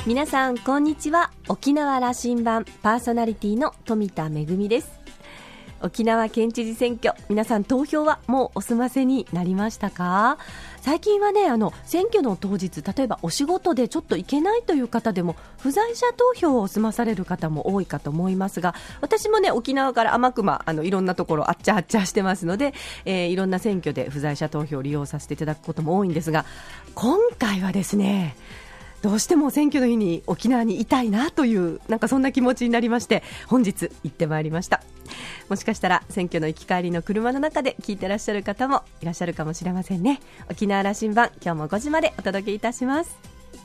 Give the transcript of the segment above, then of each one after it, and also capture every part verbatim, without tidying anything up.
皆さんこんにちは。沖縄羅針盤パーソナリティの富田恵です。沖縄県知事選挙、皆さん投票はもうお済ませになりましたか？最近はね、あの選挙の当日、例えばお仕事でちょっと行けないという方でも不在者投票を済まされる方も多いかと思いますが、私もね沖縄から天熊あのいろんなところあっちゃあっちゃしてますので、えー、いろんな選挙で不在者投票を利用させていただくことも多いんですが、今回はですねどうしても選挙の日に沖縄にいたいなというなんかそんな気持ちになりまして、本日行ってまいりました。もしかしたら選挙の行き帰りの車の中で聞いてらっしゃる方もいらっしゃるかもしれませんね。沖縄羅針盤、今日もごじまでお届けいたします。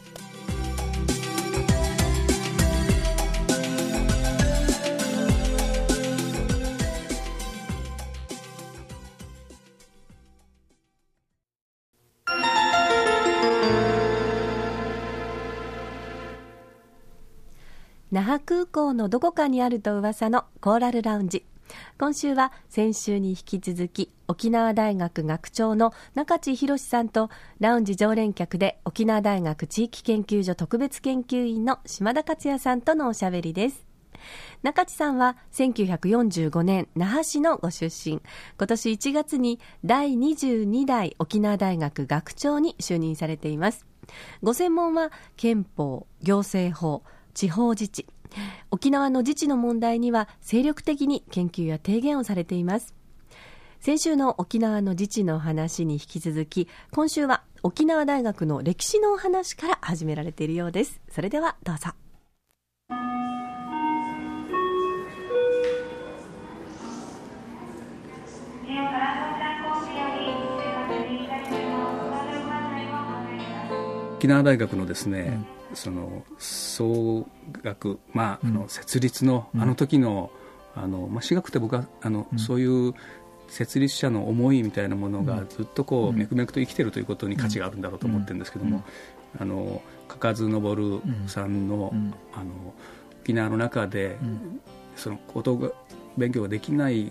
那覇空港のどこかにあると噂のコーラルラウンジ。今週は先週に引き続き沖縄大学学長の中地博さんとラウンジ常連客で沖縄大学地域研究所特別研究員の島田克也さんとのおしゃべりです。中地さんはせんきゅうひゃくよんじゅうごねん那覇市のご出身。今年いちがつにだいにじゅうにだい沖縄大学学長に就任されています。ご専門は憲法、行政法、地方自治、沖縄の自治の問題には精力的に研究や提言をされています。先週の沖縄の自治の話に引き続き、今週は沖縄大学の歴史のお話から始められているようです。それではどうぞ。 沖縄大学のですね、うん、その総学、まあ、あの設立のあの時の、うん、あのまあ、私学って僕はあの、うん、そういう設立者の思いみたいなものがずっとこう、うん、めくめくと生きているということに価値があるんだろうと思ってるんですけども、うん、あの嘉数昇さんの、うん、あの沖縄の中で、うん、その高等勉強ができない、うん、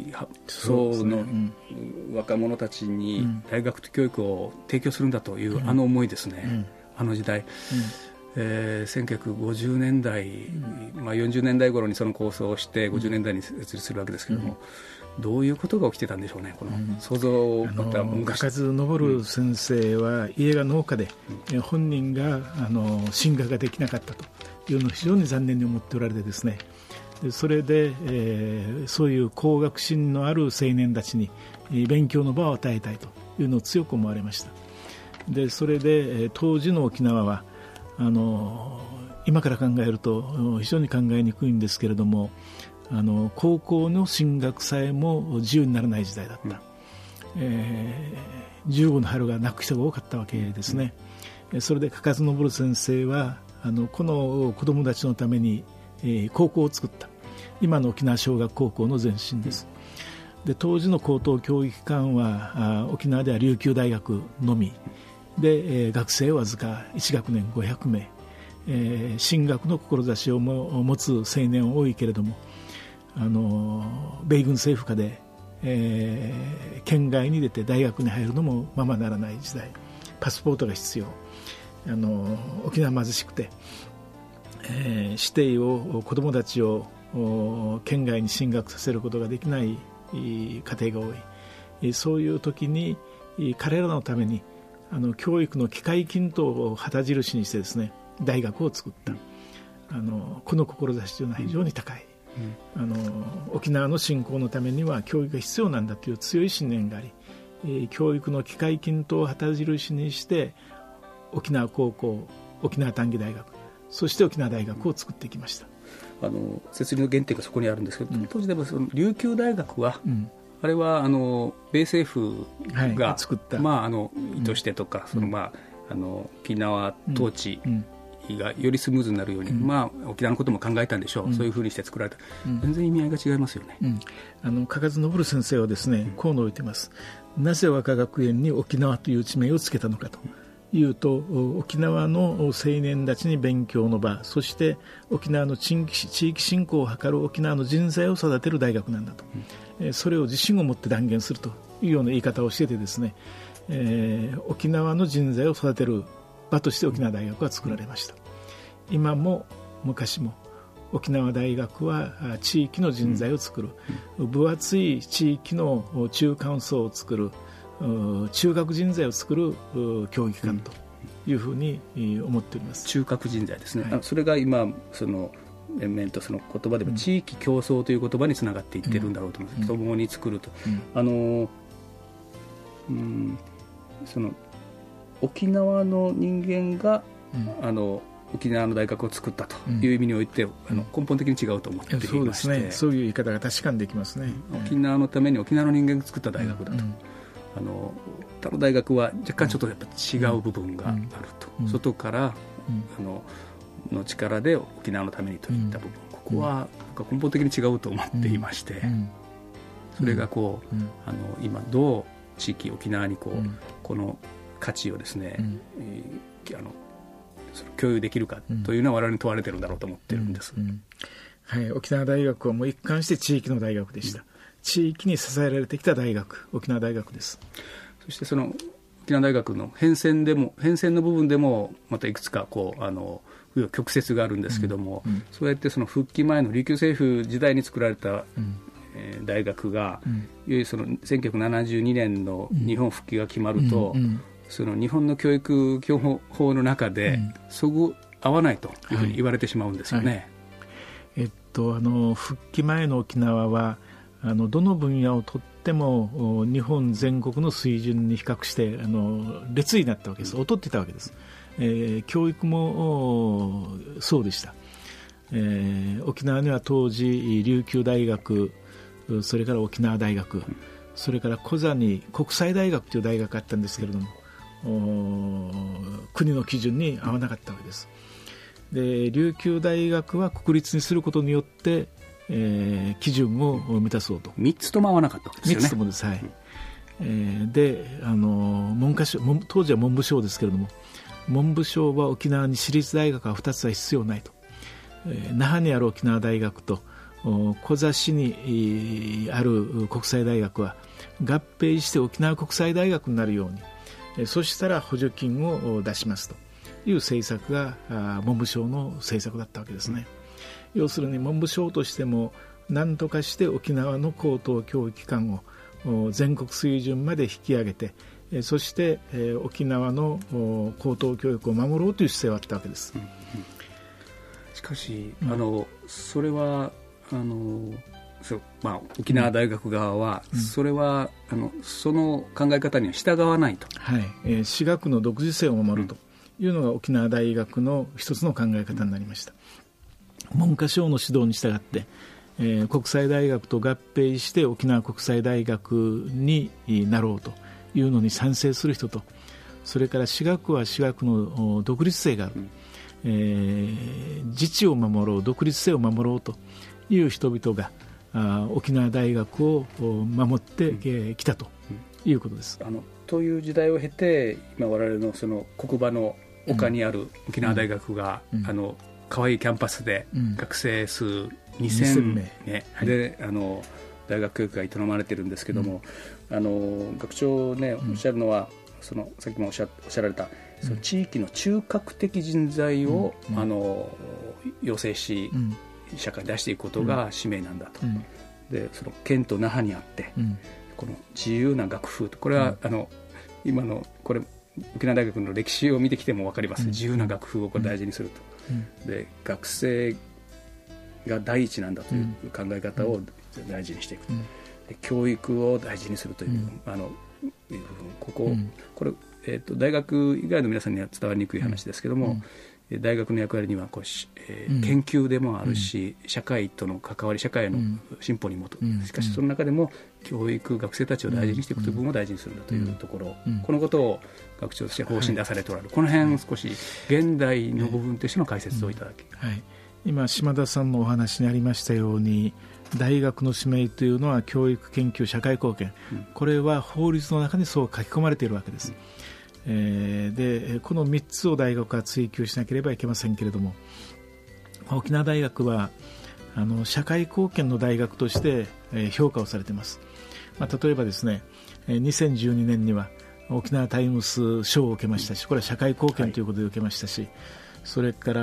層の若者たちに大学教育を提供するんだという、うん、あの思いですね、うん、あの時代、うんえー、せんきゅうひゃくごじゅうねんだい、うんまあ、よんじゅうねんだい頃にその構想をしてごじゅうねんだいに設立するわけですけれども、うん、どういうことが起きてたんでしょうね。この想像をまた嘉数昇先生は家が農家で、うん、本人があの進学ができなかったというのを非常に残念に思っておられてですね、でそれで、えー、そういう高学心のある青年たちに勉強の場を与えたいというのを強く思われました。でそれで当時の沖縄はあの今から考えると非常に考えにくいんですけれども、あの高校の進学さえも自由にならない時代だった、うんえー、じゅうごの春が泣く人が多かったわけですね、うん、それで嘉数昇先生はあのこの子どもたちのためにえー、高校を作った。今の沖縄小学高校の前身です。で当時の高等教育機関はあ沖縄では琉球大学のみで、えー、学生わずかいち学年ごひゃくめい、えー、進学の志をも持つ青年多いけれども、あの米軍政府下で、えー、県外に出て大学に入るのもままならない時代、パスポートが必要、あの沖縄貧しくてえー、指定を子どもたちを県外に進学させることができない家庭が多い。そういう時に彼らのためにあの教育の機会均等を旗印にしてですね大学を作った。あのこの志というのは非常に高い、うん、あの沖縄の振興のためには教育が必要なんだという強い信念があり、えー、教育の機会均等を旗印にして沖縄高校、沖縄短期大学、そして沖縄大学を作ってきました。 あの設立の原点がそこにあるんですけど、うん、当時でもその琉球大学は、うん、あれはあの米政府が、はい、作った、まあ、あの意図してとか、うんそのまあ、あの沖縄統治がよりスムーズになるように、うんまあ、沖縄のことも考えたんでしょう、うん、そういうふうにして作られた、うん、全然意味合いが違いますよね、うん、 あの嘉数昇先生はですね、うん、こう述べています。なぜ和歌学園に沖縄という地名をつけたのかというと、沖縄の青年たちに勉強の場、そして沖縄の地域振興を図る沖縄の人材を育てる大学なんだと、うん、それを自信を持って断言するというような言い方をしていてですね、えー、沖縄の人材を育てる場として沖縄大学は作られました。 今も昔も沖縄大学は地域の人材を作る、うん、分厚い地域の中間層を作る、中核人材を作る教育機関というふうに思っております。 中核人材ですね、 はい、 それが今その連綿とその言葉でも地域共創という言葉につながっていってるんだろうと思います、うん、共に作ると、うん、あの、うん、その沖縄の人間が、うん、あの沖縄の大学を作ったという意味において、うん、あの根本的に違うと思っていまして、 そうですね、そういう言い方が確かにできますね。 沖縄のために沖縄の人間が作った大学だと、うん、あの他の大学は若干ちょっとやっぱ違う部分があると、うん、外から、うん、あのの力で沖縄のためにといった部分、うん、ここは根本的に違うと思っていまして、うん、それがこう、うん、あの今どう地域沖縄にこう、うん、この価値をですね、うんえー、あのその共有できるかというのは我々に問われているんだろうと思っているんです、 うんうんはい、沖縄大学はもう一貫して地域の大学でした、うん、地域に支えられてきた大学、沖縄大学です。 そしてその沖縄大学の変遷でも変遷の部分でもまたいくつかこうあの曲折があるんですけども、うんうん、そうやってその復帰前の琉球政府時代に作られた、うんえー、大学が、うん、いわゆるそのせんきゅうひゃくななじゅうにねんの日本復帰が決まると、うんうん、その日本の教育基本法の中でそぐ合わないというふうに言われてしまうんですよね、はいはいえっと、あの復帰前の沖縄はあのどの分野をとっても日本全国の水準に比較してあの劣位になったわけです。劣っていたわけです。えー、教育もそうでした、えー、沖縄には当時琉球大学、それから沖縄大学、それからコザに国際大学という大学があったんですけれども、国の基準に合わなかったわけです。で琉球大学は国立にすることによって、えー、基準を満たそうと。 みっつとも合わなかったわけですよね。 みっつともです、はいえー、であの文科省当時は文部省ですけれども、文部省は沖縄に私立大学はふたつは必要ないと、えー、那覇にある沖縄大学とコザ市にある国際大学は合併して沖縄国際大学になるように、えー、そしたら補助金を出しますという政策が文部省の政策だったわけですね、うん、要するに文部省としても何とかして沖縄の高等教育機関を全国水準まで引き上げて、そして、えー、沖縄の高等教育を守ろうという姿勢はあったわけです、うんうん、 しかし、うん、あのそれはあのそう、まあ、沖縄大学側は、うん、それはあのその考え方には従わないと、 はいえー、私学の独自性を守るというのが沖縄大学の一つの考え方になりました、うん、文科省の指導に従って、えー、国際大学と合併して沖縄国際大学になろうというのに賛成する人と、それから私学は私学の独立性がある、うんえー、自治を守ろう、独立性を守ろうという人々があ沖縄大学を守ってき、うん、たということです。 あのという時代を経て今我々のその国場の丘にある沖縄大学が、うん、あの可愛いキャンパスで学生数にせんめい、ねはい、であの大学教育が営まれているんですけども、うん、あの学長ねおっしゃるのは、うん、そのさっきもおっしゃ、おっしゃられたその地域の中核的人材を、うん、あの養成し、うん、社会に出していくことが使命なんだと、うん、でその県と那覇にあって、うん、この自由な学風とこれは、うん、あの今のこれ沖縄大学の歴史を見てきても分かります、うん、自由な学風をこれ大事にすると、うん、で学生が第一なんだという考え方を大事にしていく、うん、で教育を大事にするという、うん、あのいうここ、うん、これ、えーと、大学以外の皆さんには伝わりにくい話ですけども、うん、大学の役割にはこう、えーうん、研究でもあるし、うん、社会との関わり社会の進歩にもと、うん、しかしその中でも教育学生たちを大事にしていくという部分を大事にするんだというところ、うん、このことを学長として方針出されておられる、はい、この辺少し現代の部分としての解説をいただき、 はいはい、今島田さんのお話にありましたように大学の使命というのは教育研究社会貢献、うん、これは法律の中にそう書き込まれているわけです、うんえー、でこのみっつを大学は追求しなければいけませんけれども、沖縄大学はあの社会貢献の大学として、えー、評価をされています、まあ、例えばですねにせんじゅうにねんには沖縄タイムス賞を受けましたし、これは社会貢献ということで受けましたし、はい、 それから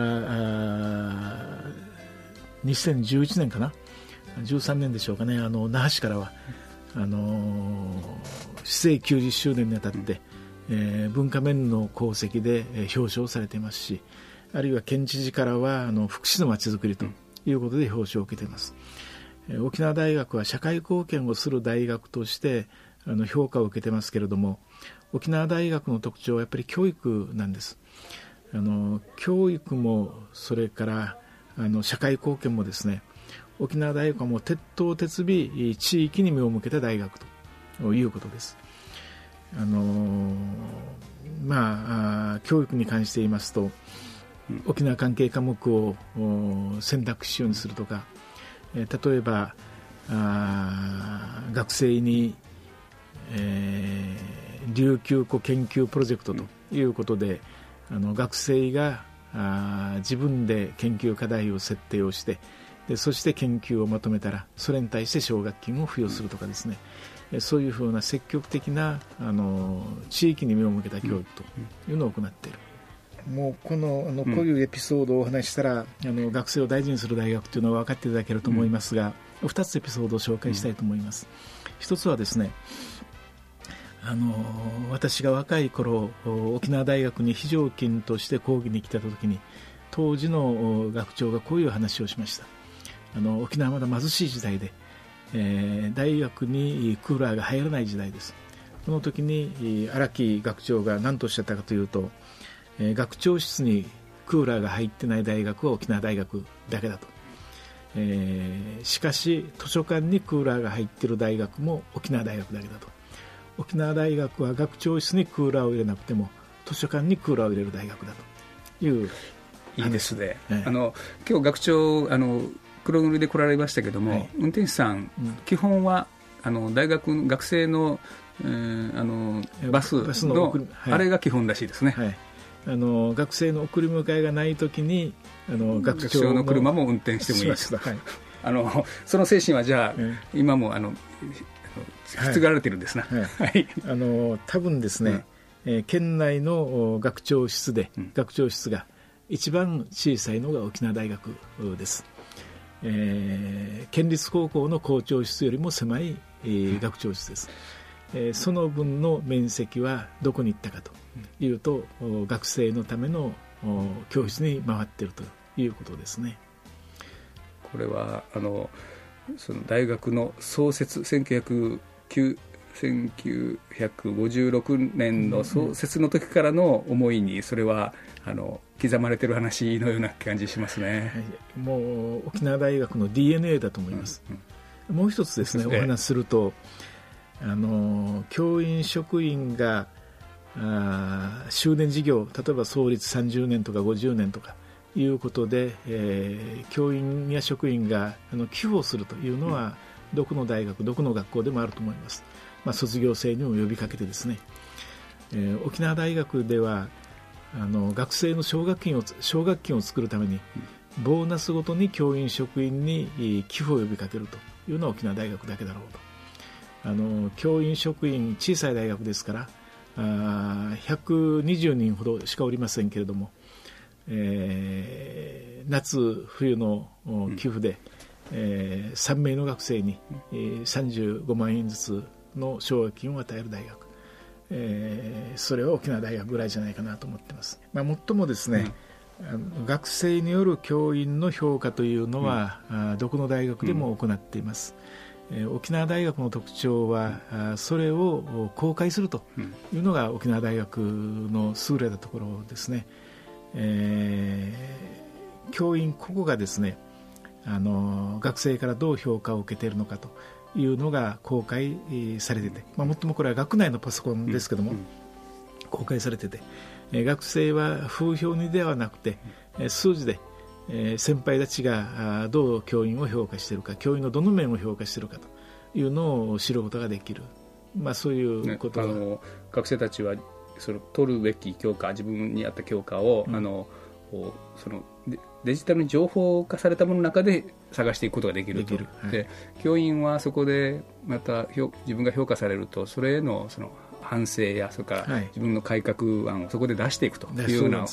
にせんじゅういちねんかな、じゅうさんねんでしょうかね、あの那覇市からはあの市政きゅうじゅっしゅうねんにあたって、えー、文化面の功績で表彰されていますし、あるいは県知事からはあの福祉のまちづくりということで表彰を受けています。えー、沖縄大学は社会貢献をする大学としてあの評価を受けてますけれども、沖縄大学の特徴はやっぱり教育なんです。あの教育もそれからあの社会貢献もですね、沖縄大学はもう鉄頭鉄尾地域に目を向けた大学ということです。あのまあ、教育に関して言いますと、沖縄関係科目を選択肢にするとか、例えばあ学生に、えー、琉球湖研究プロジェクトということで、あの学生があ自分で研究課題を設定をして、でそして研究をまとめたらそれに対して奨学金を付与するとかですね、そういうふうな積極的なあの地域に目を向けた教育というのを行っている。もうこの、あのこういうエピソードをお話ししたら、あの学生を大事にする大学というのは分かっていただけると思いますが、うん、ふたつエピソードを紹介したいと思います。ひとつはですね、あの私が若い頃沖縄大学に非常勤として講義に来た時に、当時の学長がこういう話をしました。あの沖縄はまだ貧しい時代で、えー、大学にクーラーが入らない時代です。この時に荒木学長が何とおっしゃったかというと、えー、学長室にクーラーが入ってない大学は沖縄大学だけだと、えー、しかし図書館にクーラーが入っている大学も沖縄大学だけだと。沖縄大学は学長室にクーラーを入れなくても図書館にクーラーを入れる大学だという。 いいですね、 はい、 あの今日学長あの黒塗りで来られましたけども、はい、運転手さん、うん、基本はあの大学学生の、えー、あのバス の, バスの、はい、あれが基本らしいですね、はい、 あの学生の送り迎えがないときにあの学長 の, 学長の車も運転してもいいです、はい、あのその精神はじゃあ、はい、今もあの引き継がれてるんですな、はいはい、 あの多分ですね、うん、えー、県内の学長室で、うん、学長室が一番小さいのが沖縄大学です、えー、県立高校の校長室よりも狭い、えー、学長室です、えー、その分の面積はどこに行ったかというと、学生のための教室に回っているということですね。 これはあのその大学の創設せんきゅうひゃくごじゅうろくねんの創設の時からの思いにそれはあの刻まれている話のような感じしますね、 はい、もう沖縄大学の ディーエヌエー だと思います、うんうん、もう一つですね、お話しすると、あの教員職員があ修年事業、例えば創立さんじゅうねんとかごじゅうねんとかいうことで、えー、教員や職員があの寄付をするというのは、うん、どこの大学どこの学校でもあると思います。まあ、卒業生にも呼びかけてですね、えー、沖縄大学ではあの学生の奨学金を奨学金を作るためにボーナスごとに教員職員に寄付を呼びかけるというのは沖縄大学だけだろうと。あの教員職員小さい大学ですからあひゃくにじゅうにんほどしかおりませんけれども、えー、夏冬の寄付で、うんえー、さんめいの学生に、えー、さんじゅうごまんえんずつの奨学金を与える大学、えー、それは沖縄大学ぐらいじゃないかなと思っています。まあ、もっともですね、うん、あの学生による教員の評価というのは、うん、あどこの大学でも行っています、うんえー、沖縄大学の特徴は、うん、あそれを公開するというのが沖縄大学の優れたところですね、えー、教員個々がですねあの学生からどう評価を受けているのかというのが公開されてて、まあ、もっともこれは学内のパソコンですけども、うんうん、公開されてて、えー、学生は風評にではなくて、えー、数字で、えー、先輩たちがどう教員を評価しているか、教員のどの面を評価しているかというのを知ることができる、まあ、そういうことが、 ね、あの学生たちはその取るべき教科、自分に合った教科を、うん、あのそのデジタルに情報化されたものの中で探していくことができると。できる、はい、で教員はそこでまた自分が評価されるとそれへのその反省やそれから自分の改革案をそこで出していくというような、ね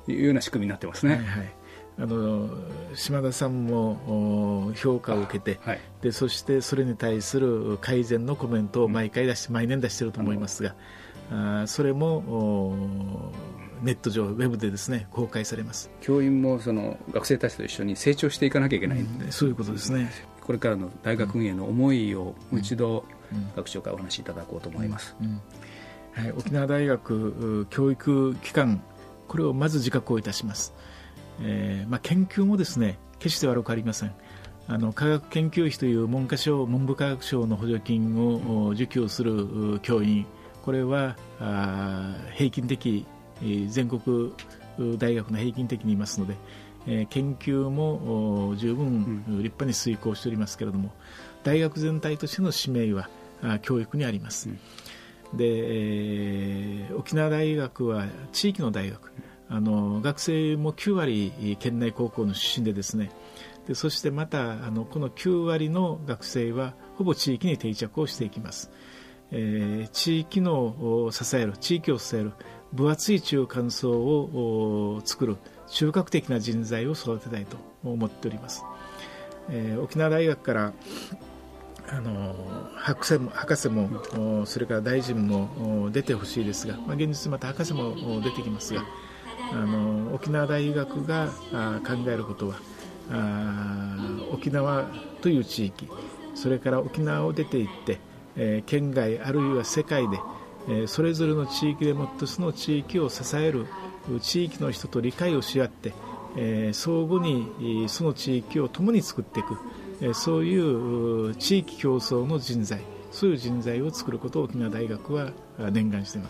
いうような仕組みになってますね。 はいはい、あの島田さんも評価を受けて、はい、でそしてそれに対する改善のコメントを毎回出して、うん、毎年出していると思いますが、あそれもネット上ウェブでですね公開されます。 教員もその学生たちと一緒に成長していかなきゃいけない、うん、 そういうことですね。 これからの大学運営の思いをもう一度、うん、学長からお話しいただこうと思います、うんうんはい、沖縄大学教育機関、これをまず自覚をいたします。えーまあ、研究もですね決して悪くありません。あの科学研究費という文科省文部科学省の補助金を受給する教員、これはあ平均的、全国大学の平均的にいますので、えー、研究も十分立派に遂行しておりますけれども、うん、大学全体としての使命はあ教育にあります、うん、で、えー、沖縄大学は地域の大学、あの学生もきゅうわり県内高校の出身でですね、でそしてまたあのこのきゅうわりの学生はほぼ地域に定着をしていきます。えー、地域の支える、地域を支える分厚い中間層を作る中核的な人材を育てたいと思っております。えー、沖縄大学からあの博士も、博士もそれから大臣も出てほしいですが、まあ、現実また博士も出てきますが、あの沖縄大学が考えることは、あ沖縄という地域、それから沖縄を出ていって、えー、県外あるいは世界で、えー、それぞれの地域でもってその地域を支える地域の人と理解をし合って、えー、相互にその地域を共に作っていく、えー、そういう地域共創の人材、そういう人材を作ることを沖縄大学は念願しています。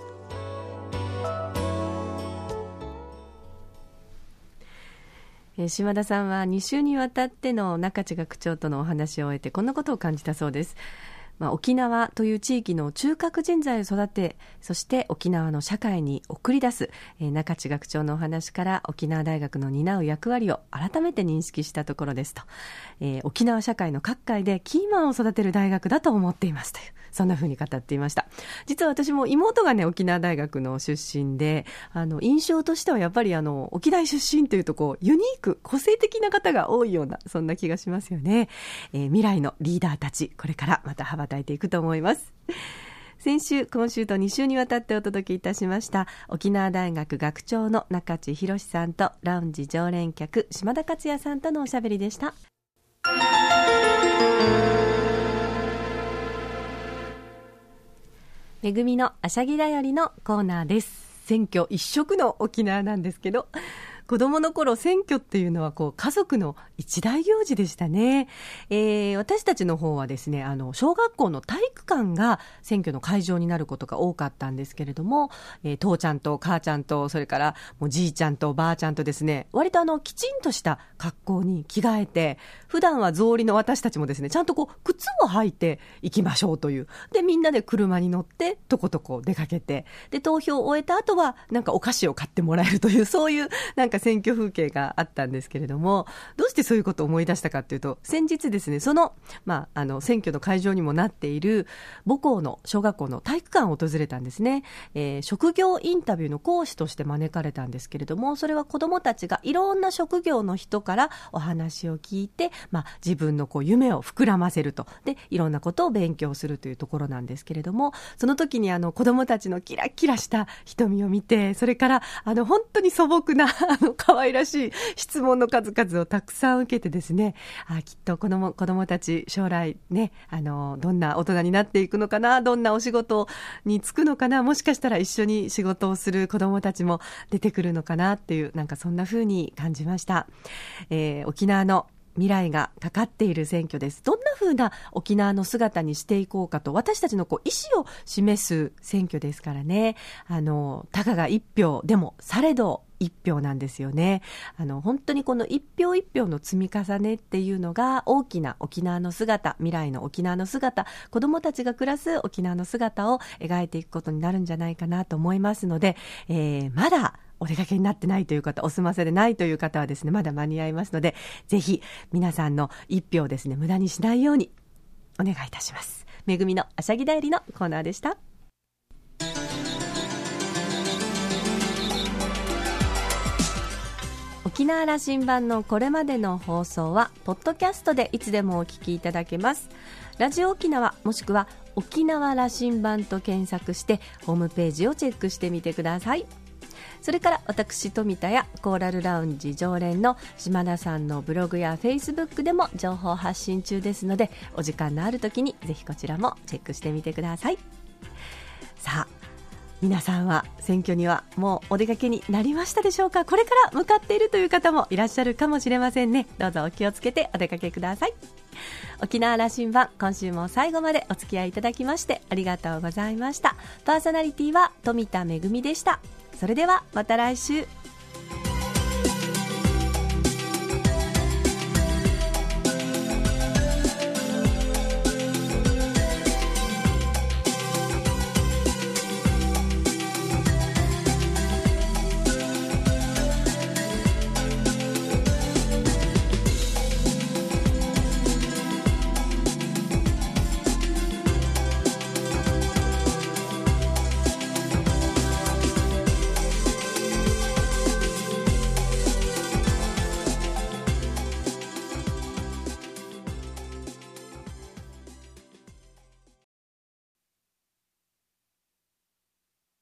島田さんはに週にわたっての中地学長とのお話を終えてこんなことを感じたそうです。まあ、沖縄という地域の中核人材を育て、そして沖縄の社会に送り出す、えー、中地学長のお話から沖縄大学の担う役割を改めて認識したところですと、えー、沖縄社会の各界でキーマンを育てる大学だと思っていますという、そんな風に語っていました。実は私も妹がね沖縄大学の出身で、あの印象としてはやっぱりあの沖大出身というとこうユニーク個性的な方が多いような、そんな気がしますよね。えー、未来のリーダーたち、これからまた羽ばたいていくと思います。先週今週とに週にわたってお届けいたしました沖縄大学学長の中地博さんとラウンジ常連客島田克也さんとのおしゃべりでした。めぐみのあしゃぎだよりのコーナーです。選挙一色の沖縄なんですけど、子供の頃選挙っていうのはこう家族の一大行事でしたね。えー、私たちの方はですね、あの小学校の体育館が選挙の会場になることが多かったんですけれども、えー、父ちゃんと母ちゃんとそれからもうじいちゃんとばあちゃんとですね、割とあのきちんとした格好に着替えて、普段は草履の私たちもですね、ちゃんとこう靴を履いていきましょうという、でみんなで車に乗ってとことこ出かけて、で投票を終えた後はなんかお菓子を買ってもらえるという、そういうなんか選挙風景があったんですけれども、どうしてそういうことを思い出したかというと、先日ですね、その、まあ、あの選挙の会場にもなっている母校の小学校の体育館を訪れたんですね。えー、職業インタビューの講師として招かれたんですけれども、それは子どもたちがいろんな職業の人からお話を聞いて、まあ、自分のこう夢を膨らませると、でいろんなことを勉強するというところなんですけれども、その時にあの子どもたちのキラキラした瞳を見て、それからあの本当に素朴なあの可愛らしい質問の数々をたくさん受けてですね、あきっと子ども、子どもたち将来ね、あのどんな大人になっていくのかな、どんなお仕事に就くのかな、もしかしたら一緒に仕事をする子どもたちも出てくるのかなっていう、なんかそんな風に感じました。えー、沖縄の未来がかかっている選挙です。どんな風な沖縄の姿にしていこうかと、私たちのこう意思を示す選挙ですからね。あのたかが一票でもされど一票なんですよね。あの本当にこの一票一票の積み重ねっていうのが大きな沖縄の姿、未来の沖縄の姿、子どもたちが暮らす沖縄の姿を描いていくことになるんじゃないかなと思いますので、えー、まだお出かけになってないという方、お済ませでないという方はですね、まだ間に合いますので、ぜひ皆さんの一票をですね、無駄にしないようにお願いいたします。めぐみのあしゃぎだよりのコーナーでした。 沖縄羅針盤のこれまでの放送はポッドキャストでいつでもお聞きいただけます。ラジオ沖縄もしくは沖縄羅針盤と検索してホームページをチェックしてみてください。それから私富田やコーラルラウンジ常連の島田さんのブログやフェイスブックでも情報発信中ですので、お時間のある時にぜひこちらもチェックしてみてください。さあ、皆さんは選挙にはもうお出かけになりましたでしょうか。これから向かっているという方もいらっしゃるかもしれませんね。どうぞお気をつけてお出かけください。沖縄羅針盤、今週も最後までお付き合いいただきましてありがとうございました。パーソナリティは富田恵でした。それではまた来週。